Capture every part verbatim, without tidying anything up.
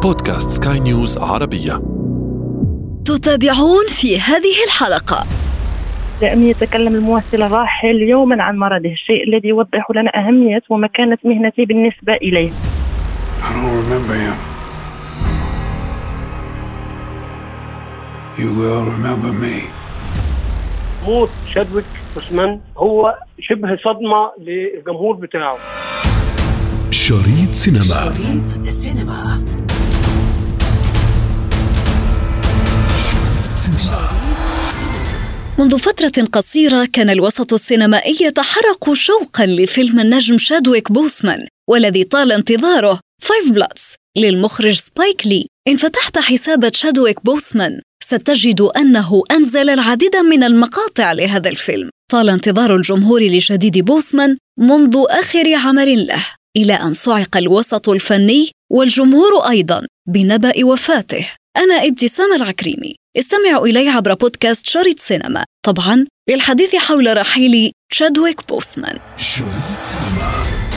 بودكاست سكاي نيوز عربية. تتابعون في هذه الحلقة. لم يتكلم الممثل الراحل يوما عن مرضه، الشيء الذي يوضح لنا أهمية ومكانة مهنته بالنسبة إليه. I don't remember him. You will remember me. موت شادويك بوسمان هو شبه صدمة للجمهور بتاعه. شريط سينما. شريط سينما. منذ فترة قصيرة كان الوسط السينمائي يتحرك شوقاً لفيلم النجم شادويك بوسمان والذي طال انتظاره فايف بلادز للمخرج سبايك لي. إن فتحت حساب شادويك بوسمان ستجد أنه أنزل العديد من المقاطع لهذا الفيلم. طال انتظار الجمهور لشديد بوسمان منذ آخر عمل له، إلى أن صعق الوسط الفني والجمهور أيضاً بنبأ وفاته. أنا ابتسام العكريمي، استمعوا إلي عبر بودكاست شريط سينما، طبعاً للحديث حول رحيل شادويك بوسمان. شريط سينما.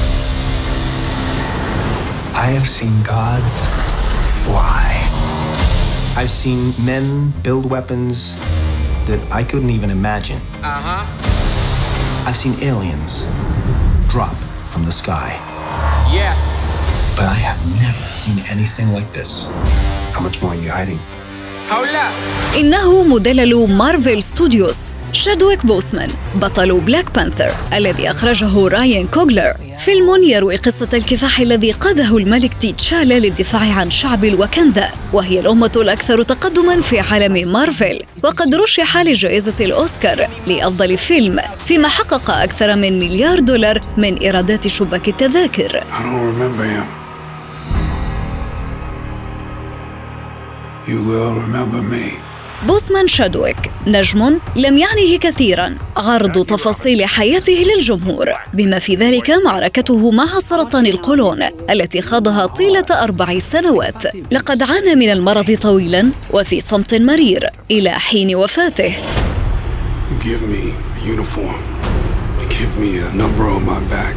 I have seen gods fly. I've seen men build weapons that I couldn't even imagine. Uh-huh. I've seen aliens drop from the sky. Yeah. But I have never seen anything like this. How much more are you hiding? إنه مدلل مارفل ستوديوز شادويك بوسمان، بطل بلاك بانثر الذي أخرجه راين كوغلر. فيلم يروي قصة الكفاح الذي قاده الملك تيتشالا للدفاع عن شعب الواكندا، وهي الأمة الأكثر تقدماً في عالم مارفل، وقد رشح لجائزة الأوسكار لأفضل فيلم، فيما حقق أكثر من مليار دولار من إيرادات شباك التذاكر. I don't remember him. You will remember me. بوسمان شادويك نجم لم يعنيه كثيراً عرض تفاصيل حياته للجمهور، بما في ذلك معركته مع سرطان القولون التي خاضها طيلة أربع سنوات. لقد عانى من المرض طويلاً وفي صمت مرير إلى حين وفاته. You give me a uniform. You give me a number on my back.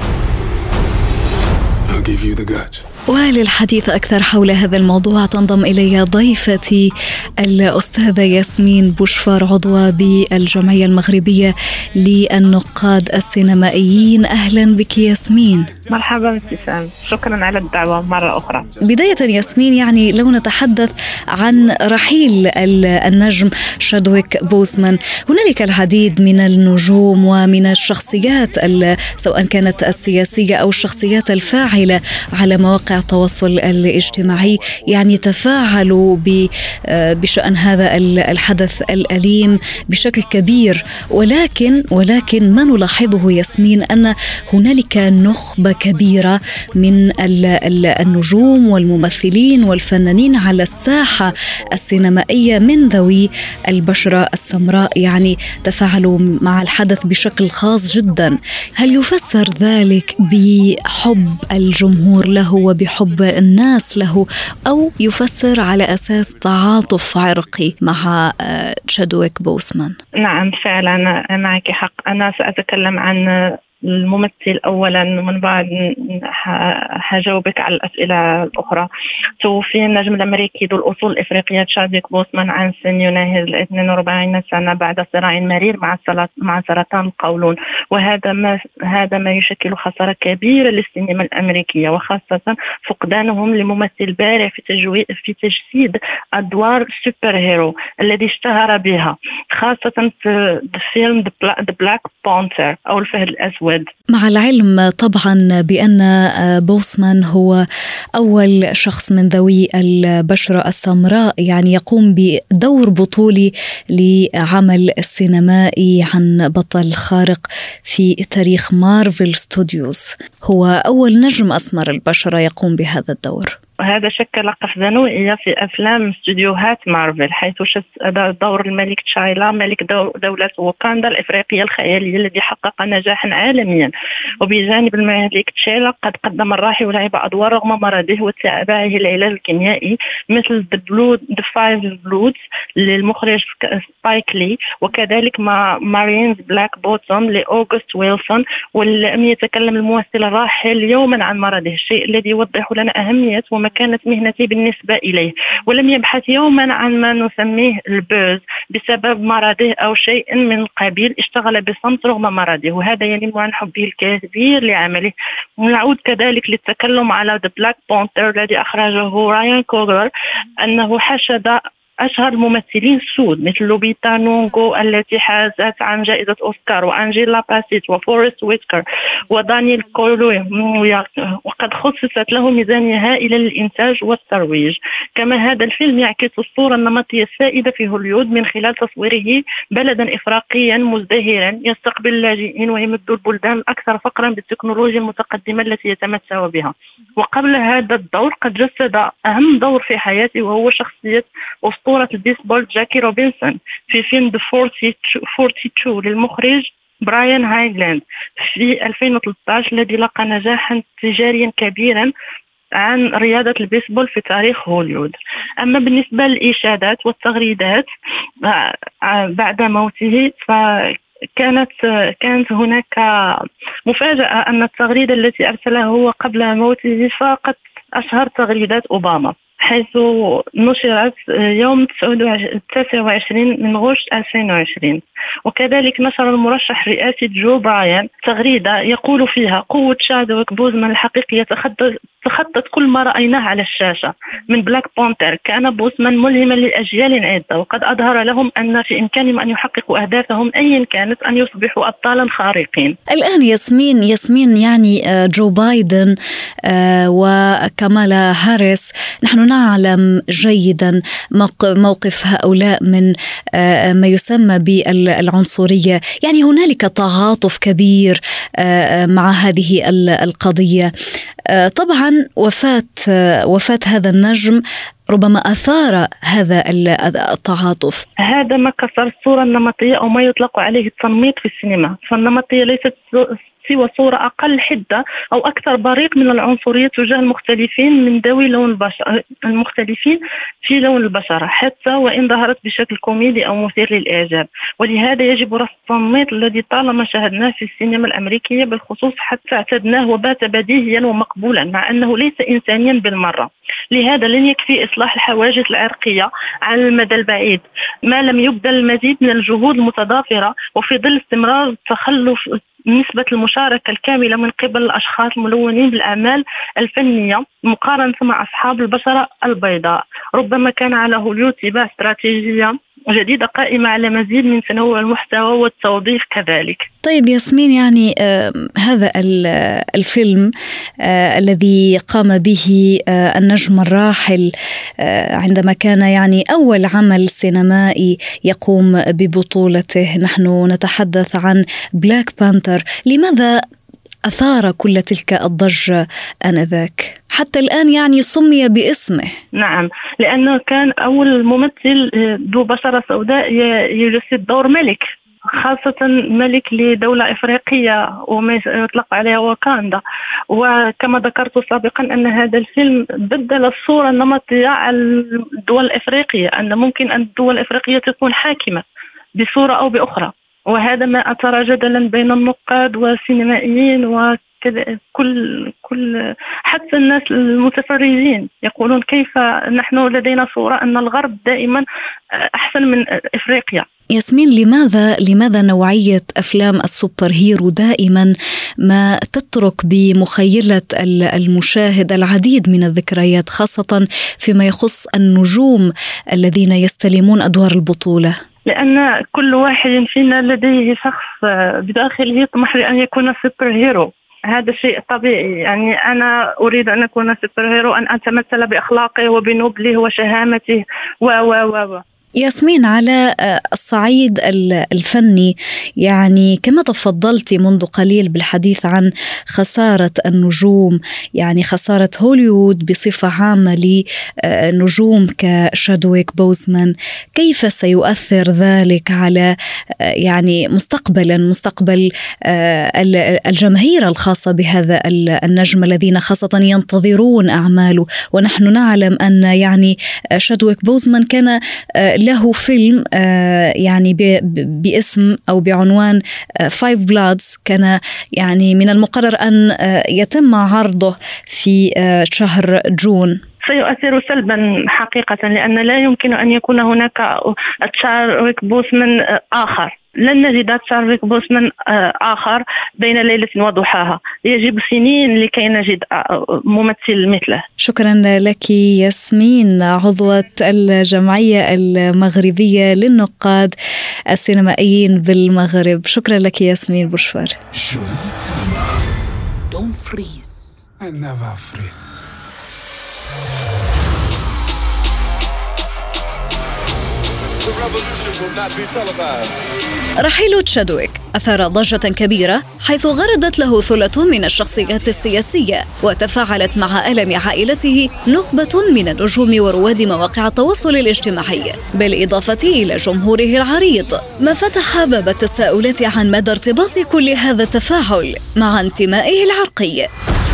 I'll give you the guts. وللحديث أكثر حول هذا الموضوع تنضم إلي ضيفتي الأستاذة ياسمين بوشفار، عضوة بالجمعية المغربية للنقاد السينمائيين. أهلا بك ياسمين. مرحبا ابتسام، شكرا على الدعوة مرة أخرى. بداية ياسمين، يعني لو نتحدث عن رحيل النجم شادويك بوسمان، هنالك العديد من النجوم ومن الشخصيات سواء كانت السياسية أو الشخصيات الفاعلة على مواقع التواصل الاجتماعي، يعني تفاعلوا بشأن هذا الحدث الأليم بشكل كبير، ولكن ولكن ما نلاحظه ياسمين أن هنالك نخبة كبيرة من النجوم والممثلين والفنانين على الساحة السينمائية من ذوي البشرة السمراء، يعني تفاعلوا مع الحدث بشكل خاص جدا. هل يفسر ذلك بحب الجمهور له وبحب الناس له، أو يفسر على أساس تعاطف عرقي مع شادويك بوسمان؟ نعم فعلا معك حق. أنا سأتكلم عن الممثل أولا، من بعد هجاوبك على الأسئلة الأخرى. توفي النجم الأمريكي ذو الأصول الإفريقية شادويك بوسمان عن سن يناهز اثنين وأربعين سنة بعد صراع مرير مع مع سرطان القولون، وهذا ما هذا ما يشكل خسارة كبيرة للسينما الأمريكية، وخاصة فقدانهم لممثل بارع في تجويد في تجسيد أدوار السوبر هيرو الذي اشتهر بها، خاصة في فيلم The Black Panther أو الفهد الأسود. مع العلم طبعا بأن بوسمان هو أول شخص من ذوي البشرة السمراء يعني يقوم بدور بطولي لعمل السينمائي عن بطل خارق في تاريخ مارفل ستوديوز، هو أول نجم أسمر البشرة يقوم بهذا الدور. وهذا شكل قفزة نوعية في أفلام استوديوهات مارفل، حيث شس دور الملك تشايلا ملك دولة واكاندا الإفريقية الخيالية الذي حقق نجاحا عالميا. وبجانب الملك تشايلا قد قدم الراحل ولعب أدوار رغم مرضه واتباعه العلاج الكيميائي مثل The Blood The Five Bloods للمخرج سبايك لي، وكذلك مع مارينز بلاك بوتوم لأوغست ويلسون. ولم يتكلم الممثل الراحل يوما عن مرضه، الشيء الذي يوضح لنا أهمية ومكانة مهنتي بالنسبة إليه، ولم يبحث يوما عن ما نسميه البوز بسبب مرضه أو شيء من القبيل. اشتغل بصمت رغم مرضه، وهذا ينم عن حبه الكبير لعمله. ونعود كذلك للتكلم على The Black Panther الذي أخرجه رايان كوغلر، أنه حشد أشهر الممثلين السود مثل لوبيتا نونغو التي حازت عن جائزة أوسكار، وأنجيلا باسيت، وفورست ويتكر، ودانيال كولوي، وقد خصصت له ميزانية هائلة للإنتاج والترويج. كما هذا الفيلم يعكس الصورة النمطية السائدة في هوليوود من خلال تصويره بلدا إفريقيا مزدهرا يستقبل اللاجئين ويمد البلدان الأكثر فقرا بالتكنولوجيا المتقدمة التي يتمتع بها. وقبل هذا الدور قد جسد أهم دور في حياته، وهو شخصية أسطورة البيسبول جاكي روبنسون في فيلم The اثنين وأربعين للمخرج براين هايغلاند في ألفين وثلاثة عشر، الذي لقى نجاحا تجاريا كبيرا عن رياضة البيسبول في تاريخ هوليوود. أما بالنسبة للإشادات والتغريدات بعد موته، فكانت كانت هناك مفاجأة أن التغريدة التي أرسلها هو قبل موته فاقت أشهر تغريدات أوباما، حيث نشرت يوم تسعة وعشرين من غشت ألفين وعشرين. وكذلك نشر المرشح الرئاسي جو بايدن تغريدة يقول فيها: قوة شادويك بوزمان الحقيقية تخطت كل ما رأيناه على الشاشة من بلاك بانتر. كان بوزمان ملهما لأجيال عدة، وقد أظهر لهم أن في إمكانهم أن يحققوا أهدافهم أيا كانت، أن يصبحوا أبطالا خارقين. الآن ياسمين ياسمين يعني جو بايدن وكامالا هاريس، نحن نعلم جيدا موقف هؤلاء من ما يسمى بالعنصرية، يعني هنالك تعاطف كبير مع هذه القضية. طبعا وفاة وفاة هذا النجم ربما أثار هذا التعاطف. هذا ما كسر الصورة النمطية أو ما يطلق عليه التنميط في السينما. فالنمطية ليست سوى صورة أقل حدة أو أكثر بريق من العنصرية تجاه المختلفين من ذوي لون البشرة، المختلفين في لون البشرة، حتى وإن ظهرت بشكل كوميدي أو مثير للإعجاب. ولهذا يجب رفض التنميط الذي طالما شاهدناه في السينما الأمريكية بالخصوص، حتى اعتدناه وبات بديهيا ومقبولا، مع أنه ليس إنسانيا بالمرة. لهذا لن يكفي إصلاح الحواجز العرقية على المدى البعيد ما لم يبذل المزيد من الجهود المتضافرة، وفي ظل استمرار تخلف نسبة المشاركة الكاملة من قبل الأشخاص الملونين بالأعمال الفنية مقارنة مع أصحاب البشرة البيضاء. ربما كان على هوليوود اتباع استراتيجية جديدة قائمة على مزيد من تنوع المحتوى والتوظيف كذلك. طيب ياسمين، يعني آه هذا الفيلم آه الذي قام به آه النجم الراحل آه عندما كان يعني أول عمل سينمائي يقوم ببطولته، نحن نتحدث عن بلاك بانتر، لماذا أثار كل تلك الضجة آنذاك؟ حتى الآن يعني سمي باسمه. نعم، لأنه كان أول ممثل ذو بشرة سوداء يجسد دور ملك، خاصة ملك لدولة إفريقية وما يطلق عليها واكاندا. وكما ذكرت سابقا أن هذا الفيلم بدل الصورة النمطية على الدول الإفريقية، أن ممكن أن الدول الإفريقية تكون حاكمة بصورة أو بأخرى، وهذا ما أثار جدلا بين النقاد والسينمائيين وكذا كل كل حتى الناس المتفرجين يقولون كيف نحن لدينا صورة أن الغرب دائما أحسن من إفريقيا. ياسمين، لماذا لماذا نوعية أفلام السوبر هيرو دائما ما تترك بمخيلة المشاهد العديد من الذكريات، خاصة فيما يخص النجوم الذين يستلمون أدوار البطولة؟ لأن كل واحد فينا لديه شخص بداخله يطمح لأن يكون سوبر هيرو، هذا شيء طبيعي. يعني أنا أريد أن أكون سوبر هيرو، أن أتمثل بأخلاقه وبنبله وشهامته و و و ياسمين، على الصعيد الفني، يعني كما تفضلت منذ قليل بالحديث عن خسارة النجوم، يعني خسارة هوليوود بصفة عامة لنجوم كشادويك بوزمان، كيف سيؤثر ذلك على يعني مستقبلا مستقبل الجماهير الخاصة بهذا النجم الذين خاصة ينتظرون أعماله؟ ونحن نعلم أن يعني شادويك بوزمان كان له فيلم يعني باسم أو بعنوان فايف بلادز، كان يعني من المقرر أن يتم عرضه في شهر جون. سيؤثر سلبا حقيقة، لأن لا يمكن أن يكون هناك تشادويك بوسمان آخر. لن نجد تشادويك بوسمان آخر بين ليلة وضحاها، يجب سنين لكي نجد ممثل مثله. شكرا لك ياسمين، عضوة الجمعية المغربية للنقاد السينمائيين بالمغرب. شكرا لك ياسمين بوشوار. شريط سينما. Don't freeze. I never freeze. رحيل تشادويك أثار ضجة كبيرة، حيث غردت له ثلة من الشخصيات السياسية وتفاعلت مع ألم عائلته نخبة من النجوم ورواد مواقع التواصل الاجتماعي، بالإضافة إلى جمهوره العريض، ما فتح باب التساؤلات عن مدى ارتباط كل هذا التفاعل مع انتمائه العرقي.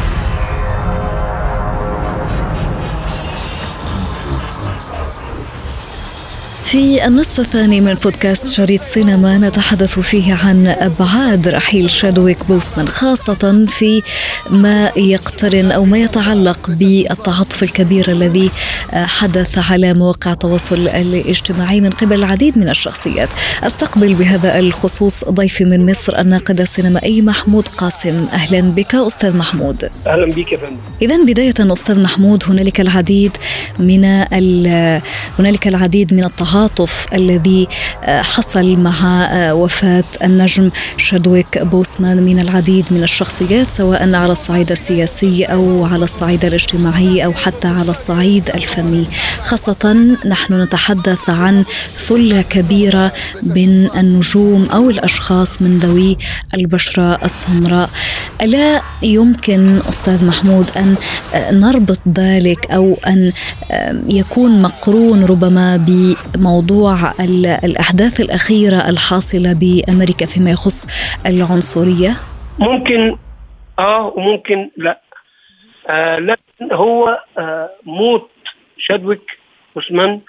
في النصف الثاني من بودكاست شريط سينما نتحدث فيه عن أبعاد رحيل تشادويك بوسمان، خاصة في ما يقترن أو ما يتعلق بالتعاطف الكبير الذي حدث على مواقع التواصل الاجتماعي من قبل العديد من الشخصيات. أستقبل بهذا الخصوص ضيفي من مصر الناقد السينمائي محمود قاسم. أهلا بك أستاذ محمود. أهلا بك يا فندم. إذن بداية أستاذ محمود، هنالك العديد من هنالك العديد من التعاطف التعاطف الذي حصل مع وفاة النجم تشادويك بوسمان من العديد من الشخصيات، سواء على الصعيد السياسي أو على الصعيد الاجتماعي أو حتى على الصعيد الفني. خاصة نحن نتحدث عن ثلة كبيرة من النجوم أو الأشخاص من ذوي البشرة السمراء. ألا يمكن أستاذ محمود أن نربط ذلك أو أن يكون مقرون ربما بموضوع الأحداث الأخيرة الحاصلة بأمريكا فيما يخص العنصرية؟ ممكن آه وممكن لا. آه لكن هو آه موت تشادويك بوسمان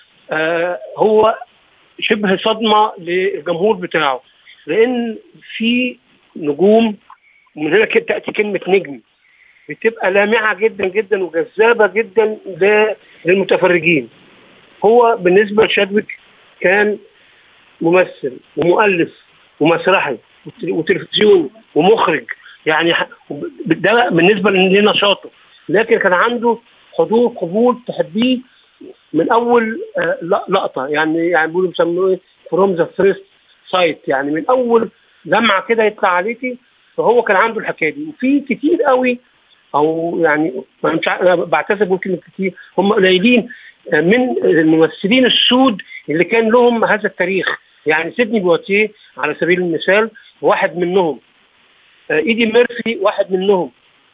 آه هو شبه صدمة للجمهور بتاعه، لأن في نجوم، من هنا تأتي كلمة نجم، بتبقى لامعة جدا جدا وجذابة جدا للمتفرجين. هو بالنسبة لتشادويك كان ممثل ومؤلف ومسرحي وتلفزيون ومخرج، يعني ده بالنسبة لنشاطه، لكن كان عنده حضور قبول تحبيه من أول لقطة، يعني يعني بيقولوا بيسموه ايه from the first sight، يعني من أول لمعة كده يطلع عليكي. فهو كان عنده الحكاية دي، وفي كتير قوي، أو يعني مش أنا بعتذر ممكن كتير، هم قليلين من الممثلين السود اللي كان لهم هذا التاريخ. يعني سيدني بواتيه على سبيل المثال واحد منهم، إيدي ميرفي واحد منهم،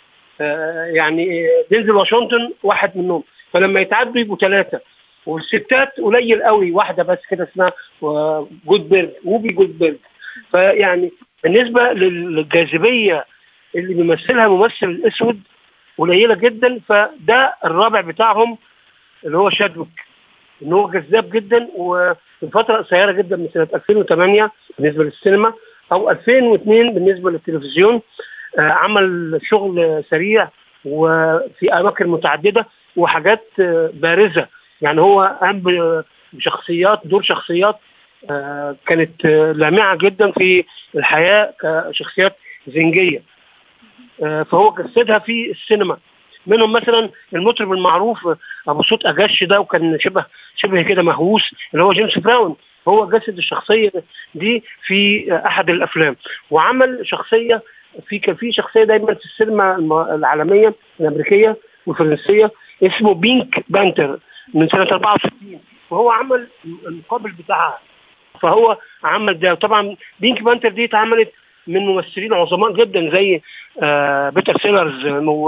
يعني دينزل واشنطن واحد منهم. فلما يتعدوا يبقوا ثلاثة، والستات قليل قوي، واحدة بس كده اسمها جودبرج، ووبي جودبرج. فيعني بالنسبة للجاذبية اللي بيمثلها ممثل الأسود قليلة جدا. فده الرابع بتاعهم اللي هو تشادويك، إنه هو جذاب جدا، وفي فترة قصيرة جدا من سنة ألفين وثمانية بالنسبة للسينما أو ألفين واثنين بالنسبة للتلفزيون، عمل شغل سريع وفي أماكن متعددة وحاجات بارزة. يعني هو قام بشخصيات، دور شخصيات كانت لامعة جدا في الحياة كشخصيات زنجية، فهو جسدها في السينما. منهم مثلا المطرب المعروف أبو صوت أجش ده، وكان شبه شبه كده مهووس، اللي هو جيمس براون، هو جسد الشخصية دي في أحد الأفلام. وعمل شخصية في كان في شخصية دايما في السينما العالمية الأمريكية والفرنسية اسمه بينك بانتر من سنة أربعة وستين، وهو عمل المقابل بتاعها. فهو عمل ده. طبعا بينك بانتر دي اتعملت من ممثلين عظماء جدا زي آه بيتر سيلرز،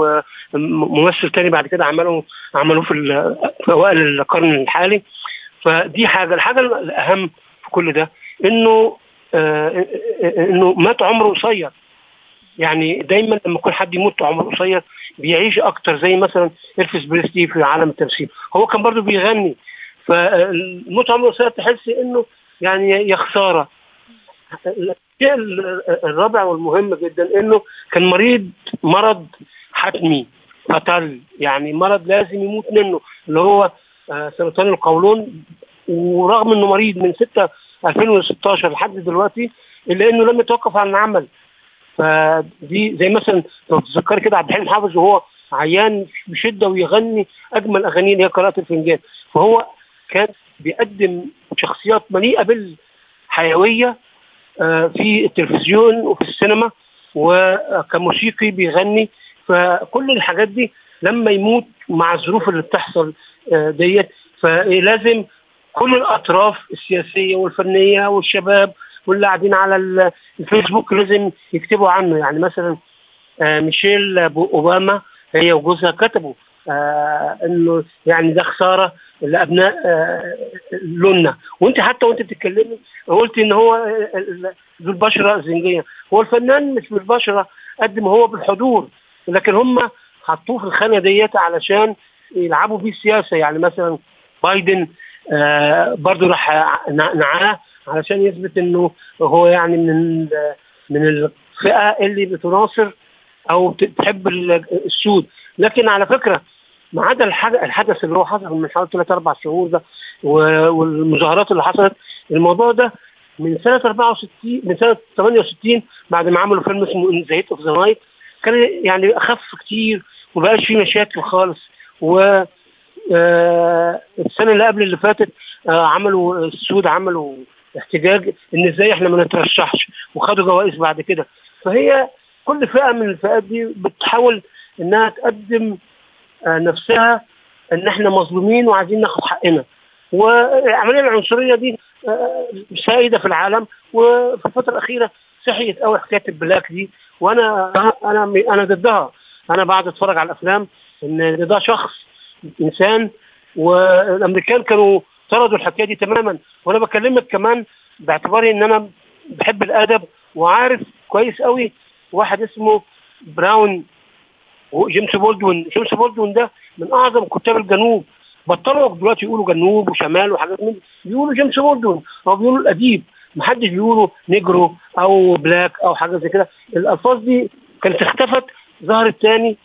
ممثل تاني بعد كده عملوا عملوه في اوائل القرن الحالي. فدي حاجه. الحاجه الاهم في كل ده انه آه انه مات عمره قصير. يعني دايما لما يكون حد يموت عمره قصير بيعيش اكتر، زي مثلا إلفيس بريسلي في عالم التمثيل، هو كان برضو بيغني. فالموت عمره قصير تحس انه يعني يا خساره. الرابع والمهم جدا انه كان مريض مرض حتمي، فتل، يعني مرض لازم يموت منه، اللي هو سرطان القولون، ورغم انه مريض من ستة ألفين وستة عشر لحد دلوقتي الا انه لم يتوقف عن العمل. فدي زي مثلا لو تتذكر كده عبد الحليم حافظ وهو عيان بشده ويغني اجمل اغانيه اللي هي قراءة الفنجان، فهو كان بيقدم شخصيات مليئة بالحيوية في التلفزيون وفي السينما، وكموسيقي بيغني. فكل الحاجات دي لما يموت مع الظروف اللي بتحصل ديت، فلازم كل الأطراف السياسية والفنية والشباب واللي قاعدين على الفيسبوك لازم يكتبوا عنه. يعني مثلا ميشيل أوباما هي وجوزها كتبوا آه انه يعني ده خساره لابناء آه لوننا، وانت حتى وانت بتتكلمي قلت ان هو ذو البشره الزنجيه. هو الفنان مش بالبشره قد ما هو بالحضور، لكن هم حطوه في الخانه ديت علشان يلعبوا بيه السياسه. يعني مثلا بايدن آه برضو راح نعاه علشان يثبت انه هو يعني من من الفئه اللي بتناصر او تحب السود. لكن على فكره ما عدا الحدث اللي هو حصل من حوالي ثلاث أربع شهور ده والمظاهرات اللي حصلت، الموضوع ده من سنة أربعة وستين من سنة ثمانية وستين بعد ما عملوا فيلم اسمه زيت اوف ذا نايت كان يعني أخف كتير ومبقاش فيه مشاكل خالص. و السنة اللي قبل اللي فاتت عملوا السود عملوا احتجاج ان ازاي احنا ما نترشحش، وخدوا جوائز بعد كده. فهي كل فئة من الفئات دي بتحاول انها تقدم نفسها ان احنا مظلومين وعايزين ناخد حقنا، والعمليه العنصريه دي سائده في العالم. وفي الفتره الاخيره صحيت قوي حكايه البلاك دي، وانا انا انا ضدها. انا بعد اتفرج على الافلام ان ده شخص انسان، والامريكان كانوا طردوا الحكايه دي تماما. وانا بكلمك كمان باعتباري ان انا بحب الادب وعارف كويس قوي واحد اسمه براون وجيمس بولدوين. جيمس بولدوين ده من اعظم كتاب الجنوب، بطلوا دلوقتي يقولوا جنوب وشمال وحاجات من دي، بيقولوا جيمس بولدوين او بيقولوا الاديب، محدش بيقولوا نيجرو او بلاك او حاجه زي كده. الالفاظ دي كانت اختفت، ظهرت تاني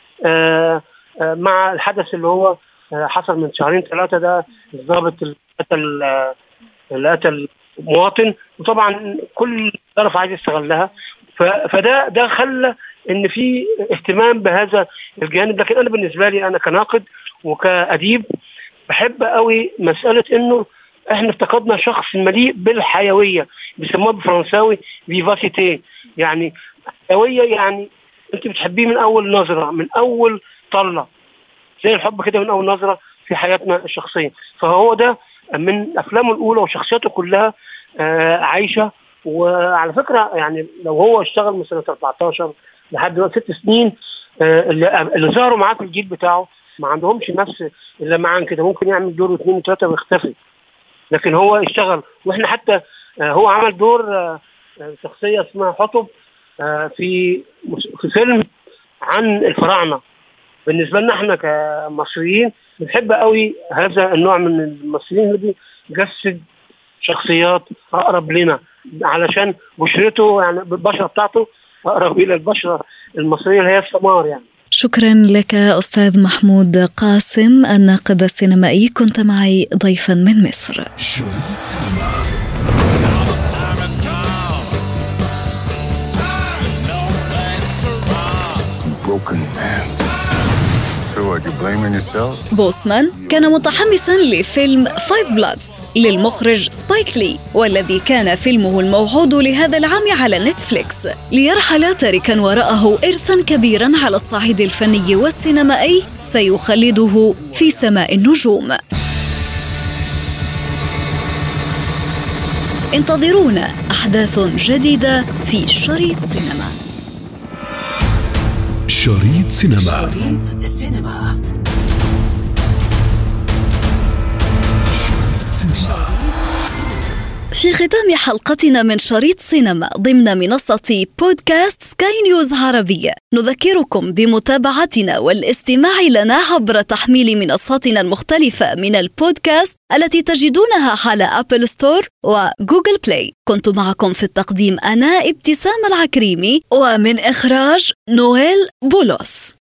آآ آآ مع الحدث اللي هو حصل من شهرين ثلاثه، ده الضابط اللي قتل اللي قتل مواطن، وطبعا كل طرف عايز يستغلها. فده ده خلى ان في اهتمام بهذا الجانب. لكن انا بالنسبه لي انا كناقد وكأديب بحب قوي مساله انه احنا افتقدنا شخص مليء بالحيويه، بيسموها بالفرنساوي فيفاسيتي، يعني حيويه، يعني انت بتحبيه من اول نظره، من اول طله، زي الحب كده من اول نظره في حياتنا الشخصيه. فهو ده من افلامه الاولى وشخصياته كلها آه عايشه. وعلى فكره يعني لو هو اشتغل من سنه أربعة عشر لحد دلوقتي ست سنين، آه اللي, اللي ظهروا معاه في الجيل بتاعه ما عندهمش نفس اللي معاه كده، ممكن يعمل دور واثنين وثلاثه ويختفي. لكن هو اشتغل، واحنا حتى آه هو عمل دور آه شخصيه اسمها حطب آه في في فيلم عن الفراعنه. بالنسبه لنا احنا كمصريين بنحب قوي هذا النوع من الممثلين اللي بيجسد شخصيات اقرب لنا، علشان بشرته يعني البشره بتاعته اقرب الى البشره المصريه اللي هي السمار. يعني شكرا لك أستاذ محمود قاسم الناقد السينمائي، كنت معي ضيفا من مصر. شريط سينما. بوسمان كان متحمساً لفيلم فايف بلادز للمخرج سبايك لي، والذي كان فيلمه الموعود لهذا العام على نتفليكس، ليرحل تاركاً وراءه إرثاً كبيراً على الصعيد الفني والسينمائي سيخلده في سماء النجوم. انتظرونا أحداث جديدة في شريط سينما. شريط سينما. شريط سينما. في ختام حلقتنا من شريط سينما ضمن منصة بودكاست سكاي نيوز عربية، نذكركم بمتابعتنا والاستماع لنا عبر تحميل منصاتنا المختلفة من البودكاست التي تجدونها على أبل ستور وجوجل بلاي. كنت معكم في التقديم أنا ابتسام العكريمي، ومن إخراج نويل بولوس.